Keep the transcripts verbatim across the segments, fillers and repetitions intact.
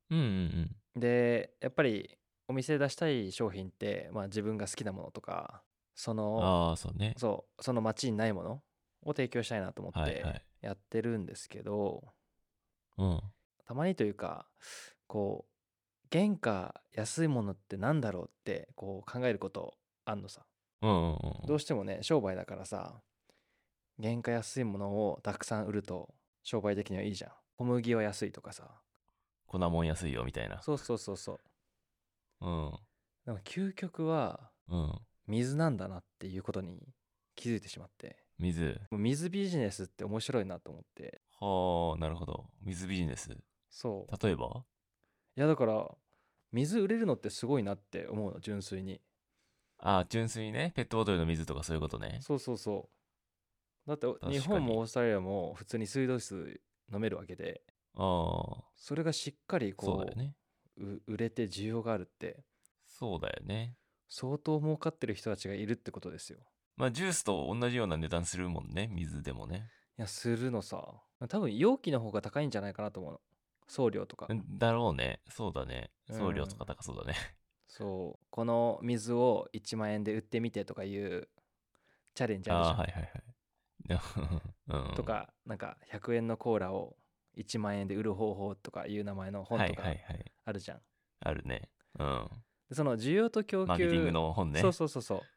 うんうんで、やっぱりお店で出したい商品って、まあ、自分が好きなものとか、そうん。 の、 ああ、そうね。 そう、その街にないものを提供したいなと思ってはいはい。 やってるんですけど、 うん。 たまにというか、こう、原価安いものってなんだろうってこう考えることあんのさ。 うんうんうんうん。 どうしてもね、商売だからさ、原価安いものをたくさん売ると商売的にはいいじゃん。小麦は安いとかさ。 粉もん安いよみたいな。 そうそうそうそう。 うん。 でも究極はうん。 水なんだなっていうことに気づいてしまって。 水。 もう水ビジネスって面白いなと思って。 はあ、なるほど。水ビジネス。 そう。 例えば。 いやだから水売れるのってすごいなって思うの、純粋に。 ああ、純粋にね。ペットボトルの水とかそういうことね。 そうそうそう。だって日確かに。 本もオーストラリアも普通に水道水飲めるわけで、 ああ、 それがしっかりこそうだよね。 うう売れて需要があるってそうだよね。 相当儲かってる人たちがいるってことですよ。 まあ、ジュースと同じような値段するもんね。水でもね。 いや、するのさ。多分容器の方が高いんじゃないかなと思うの。送料とか。 んだろうね。そうだね。 うん。 送料とか高そうだね。 そう。この水をいちまん円で売ってみてとかいうチャレンジあるああ、 じゃん。 はいはいはい。でもうん。 とか、なんかひゃくえんのコーラをいちまん円で売る方法とかいう名前の本はいはとかいはい。 あるじゃん。 あるね。うん。 でその需要と供マーケティング給、そうの本ね。 そうそうそう。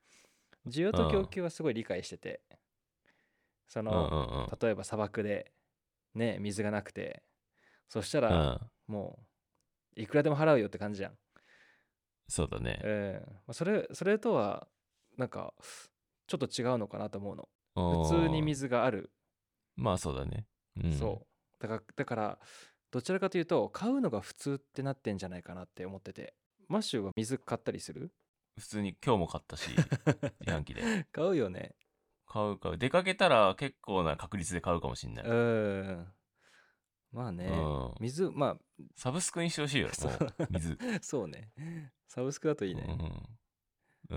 需要と供うん。 給はすごい理解してて、そうんうんの、 うん。 例えば砂漠でね、水がなくて、そしたらうん。 もういくらでも払うよって感じじゃん。 そうだね。 ええ、まあそれ、それとは、なんか、ちょっと違うのかなと思うの。 う普通にん。 水がある。 まあそうだね。うん。 そう。だから、だから、どちらかというと、買うのが普通ってなってんじゃないかなって思ってて。マッシュは水買ったりする？ 普通に今日も買ったし、自販機で。 買うよね。 買う買う。出かけたら結構な確率で買うかもしんなうい。 ーん。まあうね。 ん。 水、まあ、 サブスクにしてほしいよ、 そうもう。水。 そうね。サブスクだといいね。 うん。うん。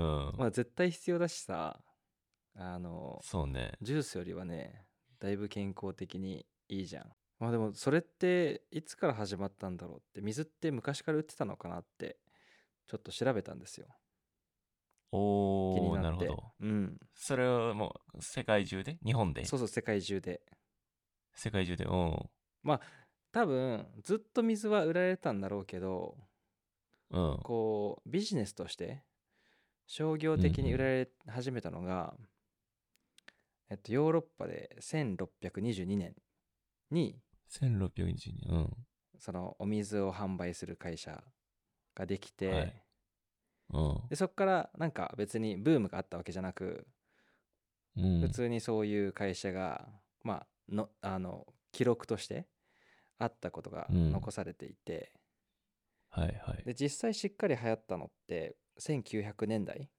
まあ絶対必要だしさ、あの、 そうね。 ジュースよりはね、だいぶ健康的にいいじゃん。まあでもそれっていつから始まったんだろうって、水って昔から売ってたのかなってちょっと調べたんですよ。気におー、 なって。 なるほど。 うん。 それはもう、世界中で日本でそうそう、世界中で。 世界中で、うん。 まあ多分ずっと水は売られてたんだろうけど、 うん。 こうビジネスとして商業うんうん。 的に売られ始めたのが、えっと、ヨーロッパでせんろっぴゃくにじゅうにねんにせんろっぴゃくにじゅうに、うん。 そのお水を販売する会社ができて、 はい。うん。 でそこからなんか別にブームがあったわけじゃなく、普うん。 通にそういう会社がまあのあの記録としてあったことがうん。 残されていて、 はいはい。 で実際しっかり流行ったのってせんきゅうひゃくねんだい。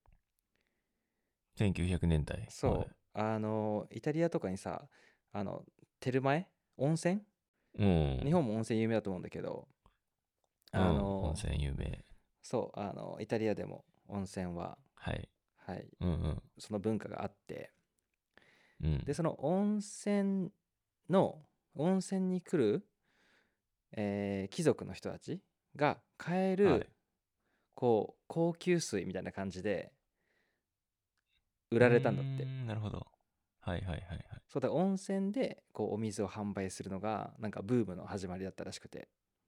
せんきゅうひゃくねんだい。はい。 そう、あのイタリアとかにさ、あのテルマエ温泉、 うん。 日本も温泉有名だと思うんだけど、あうん。温の泉有名。 そうあのイタリアでも温泉は、 はい。 はい、 うんうん。 その文化があって、 うん。 でその温泉の温泉に来る、えー貴族の人たちが買えはい。 るこう高級水みたいな感じで売うーられたんだって。 ん。なるほど。はいはいはいはい。 そうだ、温泉でこうお水を販売するのがなんかブームの始まりだったらしくて。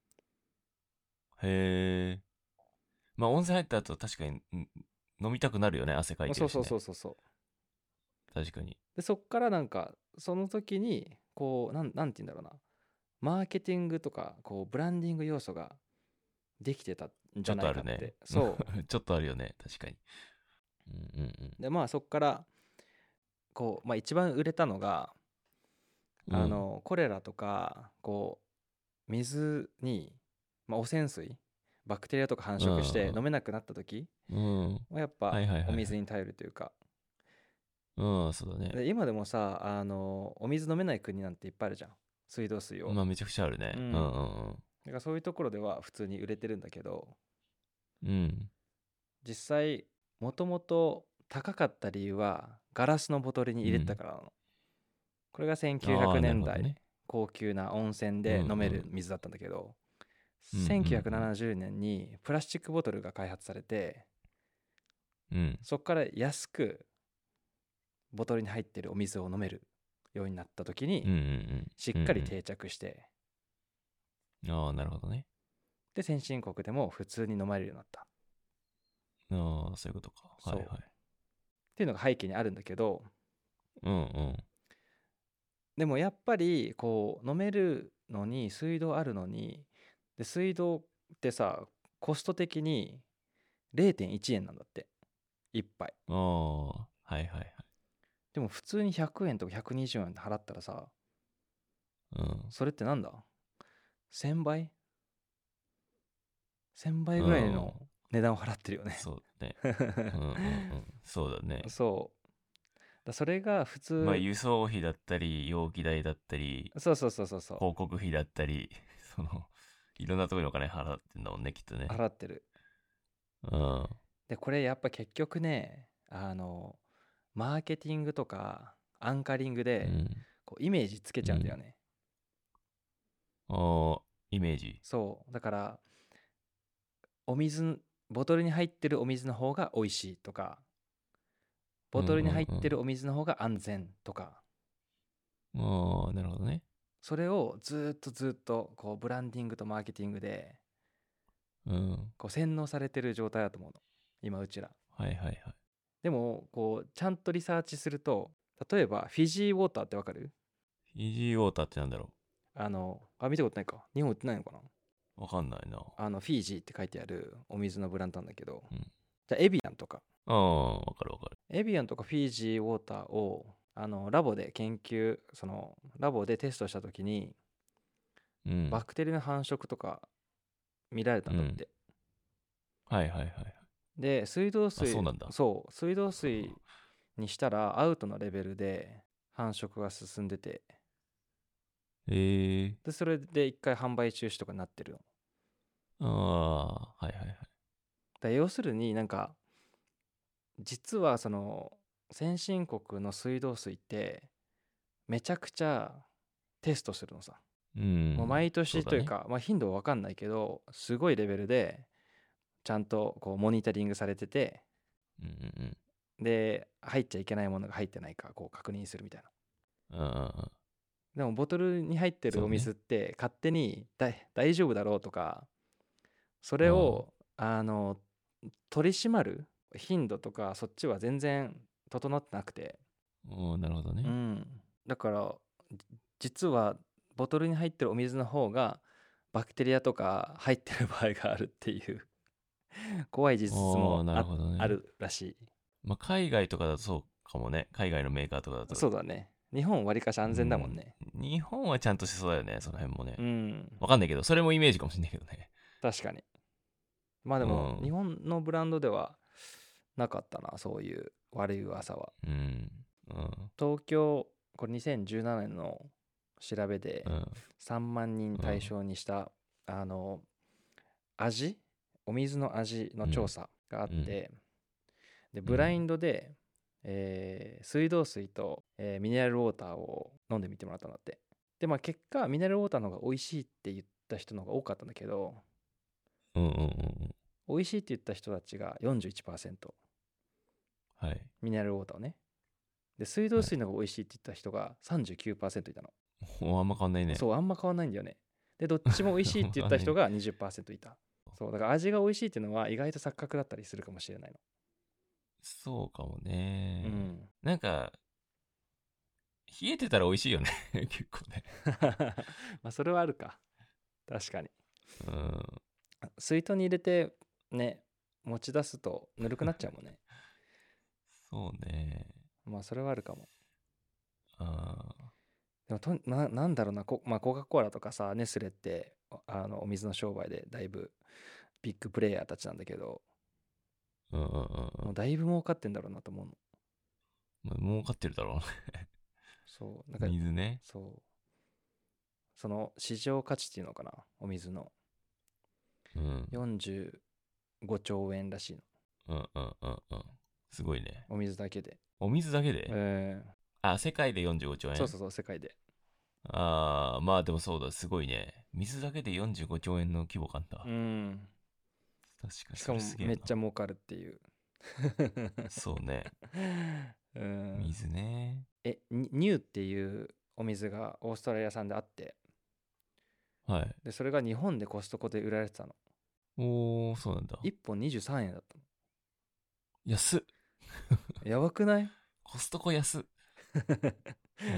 へえ。まあ温泉入った後確かにん飲みたくなるよね。汗かいまあそうそうそてるしね。 うそうそう。 確かに。 でそっからなんかその時にこうなんなんて言うんだろうな、マーケティングとかこうブランディング要素ができてたんじちょっゃなとあるね。 いかって。そちょっとあるよね。確かに。うんうんうで、まあそっからこう、まあ、一番売れたのがうん。うん。 あのコレラとかこう水に、まあ、汚染水、バクテリアとか繁殖して飲めなくなった時うん。うん。 はやっぱはいはいはいはい。 お水に頼るというか。 うん、そうだね。 で今でもさ、あのお水飲めない国なんていっぱいあるじゃん、水道水を。 まあめちゃくちゃあるね。うんううん。 んだからそういうところでは普通に売れてるんだけど、 うん。うん。 実際もともと高かった理由はガラスのボトルに入れてたうん。 からなの。これが1900 ああ、 年代なるほどね。 高級な温泉うんうで飲めるん。 水だったんだけど、 うんうんうんせんきゅうひゃくななじゅうねんにプラスチックボトルが開発されて、 うんそこから安くボトルに入ってるお水を飲めるようになった時うんうにんしうんっかり定着して、 うん。ああ、なるほどね。 で先進国でも普通に飲まれるようになった。 ああ、そういうことか。はいそうはい。 っていうのが背景にあるんだけど、 うんうんでもやっぱりこう飲めるのに水道あるのに、で水道ってさコスト的に れいてんいちえんなんだっていっぱい。 ああ、はいはいはい。 でも普通にひゃくえんとかひゃくにじゅうえん払ったらさ、 うんそれってなんだ せん 倍 ?せん 倍うぐらいのん。 値段を払ってるよね。 そうね。うんうんうん。そうだね。 そうだ、それが普まあ通。 輸送費だったり、容器代だったり、 そうそうそうそうそ広告費だったり、その、いろんなところにお金払ってんだもんね、きっとうね。 払ってる。 うんでこれやっぱ結局ね、あのマーケティングとかアンカリングうでんこうイメージつけちゃうんだよね。 ああ、イメージ。 そうだからお水ボトルに入ってるお水の方が美味しいとか、ボトルに入ってるお水の方が安全とか、 うんうんうん。ああ、なるほどね。 それをずっとずっとこうブランディングとマーケティングでうん。 こう洗脳されてる状態だと思うの今うちら。 はいはいはい。 でもこうちゃんとリサーチすると、例えばフィジーウォーターってわかる？ フィジーウォーターってなんだろあのあ見たことないか、日本売ってないのかな。 う。わかんないな。 あのフィジーって書いてあるお水のブランドなんだけど、 うん。 じゃあエビアンとかああ、わかるわかる。 エビアンとかフィジーウォーターをあのラボで研究そのラボでテストした時にうん。 バクテリアの繁殖とか見られたんだって、 はいはいはいはい。 で水道水あそうなんだそう水道水にしたらアウトなレベルで繁殖が進んでて、 ええでそれで一回販売中止とかになってるの。 ああ、はいはいはい。 だから要するになんか実はその先進国の水道水ってめちゃくちゃテストするのさ。 うん。 もう毎年というそか、まあ、頻度は分かんないけどすごいレベルでちゃんとこうモニタリングされてて、 うだね。うんうんで入っちゃいけないものが入ってないかこう確認するみたいな。 うん。うんうんうん。 でもボトルに入ってるお水って勝手にだ大丈夫だろうとか、それをあの取り締まる頻度とかそっちは全然整ってなくて、 おーなるほどね。 うん、だからじ実はボトルに入ってるお水の方がバクテリアとか入ってる場合があるっていう怖い事実おーもあ、 なるほどね。 あるらしまあ、海外とかだとそうかもね。海外のメーカーとかだい。 と。 そうだね。日本わりかし安全だもんね。 うん日本はちゃんとしそうだよね、その辺もねう。ん、 わかんないけど、それもイメージかもしんないけどね。 確かに。まあでも、 うん日本のブランドではなかったな、そういう悪い噂は。 うん。うん。 東京、これにせんじゅうななねんの調べでうん。 さんまんにん対象にした、あの味お水の味の調査があって、 うんでブラインドで、えー水道水と、えーミネラルウォーターを飲んでみてもらったんだって。でまあ結果ミネラルウォーターの方が美味しいって言った人の方が多かったんだけど、 うんうんうんうん。 美味しいって言った人たちが よんじゅういちパーセント、 はい。 ミネラルウォーターをね。で水道水の方が美味しいって言った人が さんじゅうきゅうパーセントいたの。 おあんま変わんないね。 そうあんま変わんないんだよね。でどっちも美味しいって言った人が にじゅっパーセント いた。そうだから味が美味しいっていうのは意外と錯覚だったりするかもしれないそうかもね。 の。うんなんか、冷えてたら美味しいよね。結構ね。 まあそれはあるか。確かに。 うん。 水筒に入れてね持ち出すとぬるくなっちゃうもんね。 そうね。 まあそれはあるかも。 あでもとな、なんだろうな、こまあ、コカ・コーラとかさネスレってあのお水の商売でだいぶビッグプレイヤーたちなんだけど、 ーうんうんうんもうだいぶ儲かってんだろうなと思うの。 まあ、儲かってるだろうな。 そうなんか水ね。 そうその市場価値っていうのかな、お水のうん。 よんじゅうごちょうえんらしいの、 うんうんうんうん。すごいね。 お水だけで。 お水だけで、 えあ、世界でよんじゅうごちょうえん。 ーそうそうそう世界で。 ああ、まあでもそうだ、すごいね。水だけでよんじゅうごちょうえんの規模感だ。 うん。 確かにそしかもれすげえな。 めっちゃ儲かるっていう。 そうね。 うん。 水ね。 え、ニニューっていうお水がオーストラリア産であって、 はい。 で、それが日本でコストコで売られてたの。 おー、そうなんだ。 いっぽんにじゅうさんえんだった安っ。 の。やばくない？ コストコ安っ。うん。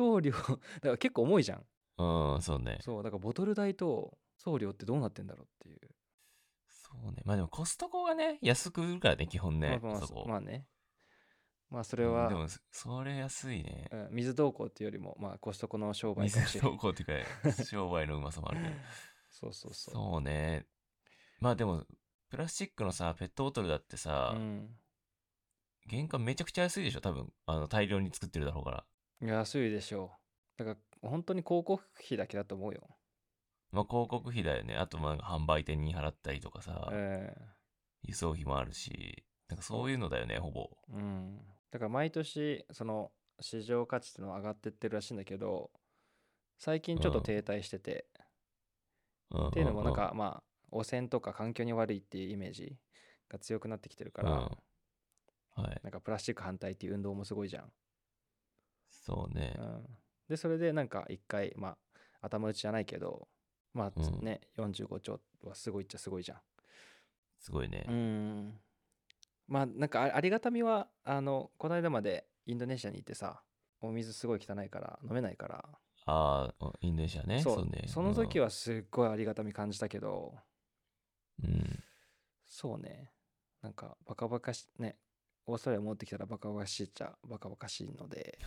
送料、だから結構重いじゃん。 うん、そうね。 そう、だからボトル代と送料ってどうなってんだろうっていう。 そうね。まあでもコストコがね、安く売るからね、基本ね、 まあまあ、そあそこ。 まあね。まあそれうん、では、 も、そそれ安いね。 うん、水道工っていうよりも、まあコストコの商売か水もしれん。 投稿っていうか、商売のうまさもあるけど。 そうそうそそうね。まあでも、プラスチックのさ、ペットボトルだってう。うさ、 ん。 原価めちゃくちゃ安いでしょ、多分。あの、大量に作ってるだろうから。 安いでしょう。だから本当に広告費だけだと思うよ。 まあ広告費だよね。あとまあ販売店に払ったりとかえさ、 え、 輸送費もあるし、なんかそうそいうのだよね、ほぼ。 う。うん。だから毎年、その市場価値っていうのは上がってってるらしいんだけど、最近うん。 ちょっと停滞してて、 うんっていうのもなんうんかまあ、汚染とか環境に悪いっていうイメージが強くなってきてるかうん。うら、 ん。はい。 なんかプラスチック反対っていう運動もすごいじゃん。 そうね。 うん。で、それでなんか一回、まあ、頭打ちじゃないけど、まあうん。 ね、よんじゅうごちょうはすごいっちゃすごいじゃん。うすごいね。 ん。まあなんかあありがたみは、あの、この間までインドネシアにいてさ、お水すごい汚いから飲めないから、 ああ、インドネシアね。 そう、 そうね。 その時はすっごいありがたみ感じたけど、 うん。うん。 そうね、なんかバカバカし、ね、オーストラリア持ってきたらバカバカしいっちゃバカバカしいので、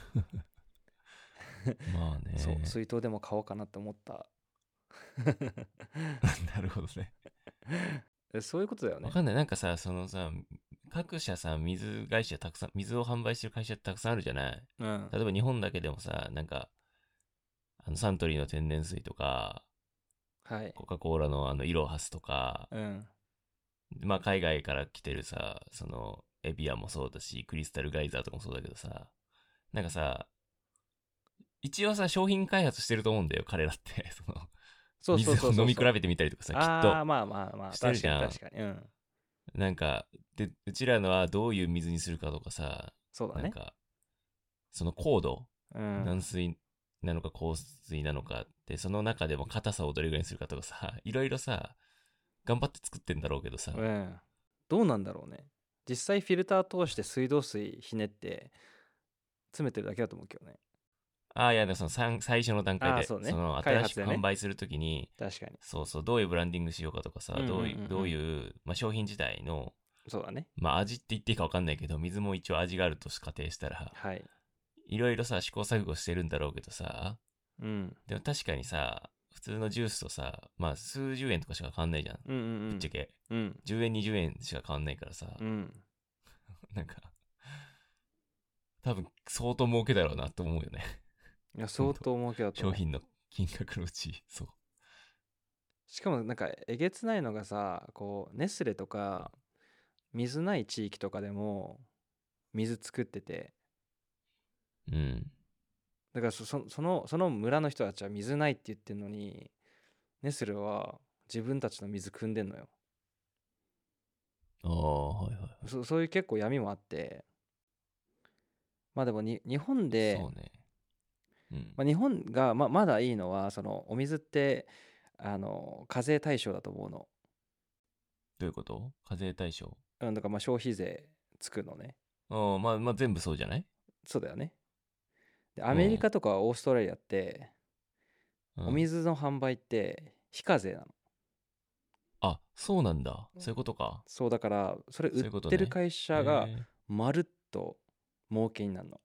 まあそう、 ね。 水筒でも買おうかなって思った。 なるほどね。 えそういうことだよね。 わかんない。なんかさ、そのさ、各社さ、水会社たくさん、水を販売してる会社たくさんあるじゃない。 うん。 例えば日本だけでもさ、なんか、あのサントリーの天然水とか、 はい。 コカ・コーラのあのイロハスとか、 うん。 まあ海外から来てるさ、そのエビアもそうだし、クリスタルガイザーとかもそうだけどさ、なんかさ、一応さ、商品開発してると思うんだよ、彼らって。その、 そうそう水を飲み比そうそうそう。 べてみたりとかさ、きっとああ、まあまあまあ、 してる確かにじゃん。 確かに。うん。 なんか、で、うちらのはどういう水にするかとかさ、 そうだね。 なんか、その硬度、 うん。 軟水なのか硬水なのかって、その中でも硬さをどれぐらいにするかとかさ、いろいろさ、頑張って作ってんだろうけどさ、 うん。どうなんだろうね。実際フィルター通して水道水ひねって詰めてるだけだと思うけどね。 ああ、いや、でもその最最初の段階ああ、 で、 そうね。 その新しく開発でね。 販売するときに、 確かに。 そうそう、どういうブランディングしようかとかさ、 うんうんうんうどういう、どうん。 いう、まあ、商品自体の、 そうだね。 まあ、味って言っていいか分かんないけど、水も一応味があると仮定したら、 はい。 いろいろさ、試行錯誤してるんだろうけどさ、 うん。 でも確かにさ、普通のジュースとさ、まあ、数十円とかしか変わんないじゃん。 うんうんぶっちゃけ。 うん。うん。 じゅうえん、にじゅうえんしか変わんないからさ、 うん。 なんか、多分相当儲けだろうなと思うよね。 いや、 ほんと。 相当儲けだと思う。 商品の金額のうち、そう。 しかもなんかえげつないのがさ、こう、ネスレとか水ない地域とかでも水作ってて、 うん。 だからそそそのその村の人たちは水ないって言ってるのに、ネスレは自分たちの水汲んでんのよ。 ああ、はいはいはい。 そそういう結構闇もあって、まあでもに日本で、 そうね。うん。 まあ、日本がままだいいのは、そのお水ってあの課税対象だと思うの。 どういうこと？課税対象？ うん、だからまあ消費税つくのね。 ああ、まあまあ全部そうじゃない？ そうだよね。で、アうん。 メリカとかオーストラリアっておうん。 水の販売って非課税なの。 あ、そうなんだ。そういうことか。 そうだからそれ売っそういうことね。 てる会社がへえ。 まるっと儲けになるの。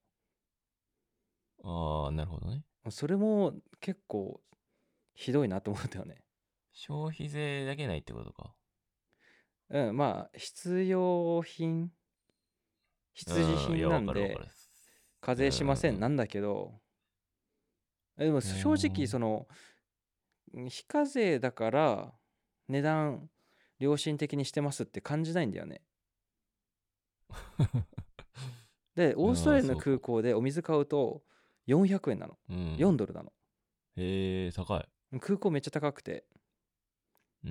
ああ、なるほどね。 それも結構ひどいなと思ったよね。 消費税だけないってことか。 うん、まあ必要品必需うん。い品や、 なんでわかるわかる。 課税しませんうんなんだけど、でもうん正直うん。 その非課税だから値段良心的にしてますって感じないんだよね。で、オーストああ、 ラリアのそうか。 空港でお水買うとよんひゃくえんなの。 うん。 よんドルなの。 へえ、高い。 空港めっちゃ高くて、 うん。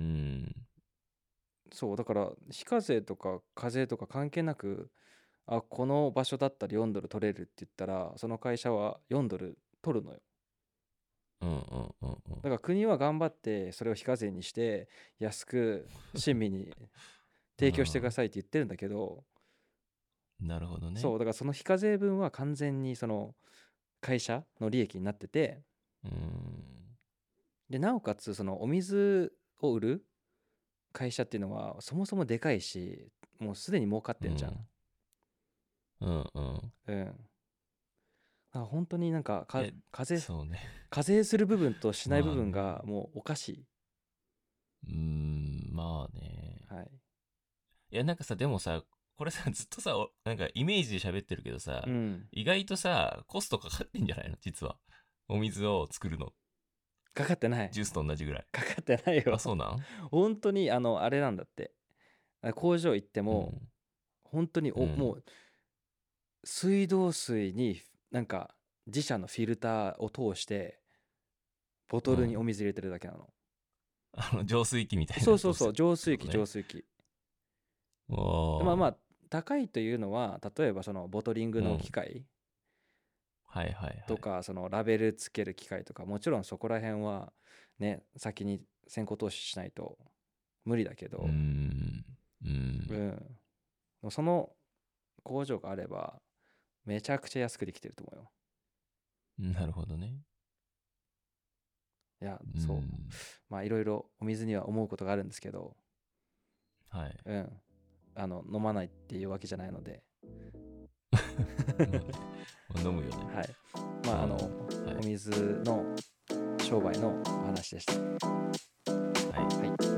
そうだから非課税とか課税とか関係なく、あこの場所だったらよんドル取れるって言ったらその会社はよんドル取るのよ。 うんうんうんうん。 だから国は頑張ってそれを非課税にして安く親身に提供してくださいって言ってるんだけど、 なるほどね。 そうだからその非課税分は完全にその会社の利益になってて、 うん。 でなおかつそのお水を売る会社っていうのはそもそもでかいし、もうすでに儲かってんじゃん。 うんうん。 うん。だから本当になんかかえ、 課税そうね。 課税する部分としない部分まあね。 がもうおかしい。 うーん、まあね。 はい。 いや、なんかさ、でもさ、これさ、ずっとさ、おなんかイメージで喋ってるけどさ、 うん。 意外とさ、コストかかってんじゃないの実は。お水を作るの。 かかってない。 ジュースと同じぐらい。 かかってないあ、 よ。 そうなん本当にあのあれなんだって。あ工場行ってもうん。 本当にお、 うん。 もう水道水になんか自社のフィルターを通してボトルにおうん。 水入れてるだけなの。 あの、浄水器みたいなそうそうそう、 やつをする浄水器ってことね。 浄水器。まあまおー。 あ高いというのは例えばそのボトリングの機うん。 械はいはいはい。 とかそのラベルつける機械とか、もちろんそこら辺はね先に先行投資しないと無理だけうーど、 ん。ううん。 ん、その工場があればめちゃくちゃ安くできてると思うよ。 なるほどね。 いやうそう、 ん。 まあいろいろお水には思うことがあるんですけど、 はい。 うんあの飲まないっていうわけじゃないのでまあね。まあ飲むよね。 はいまああのうん。はい。 お水の商売のお話でした。 はい。 はい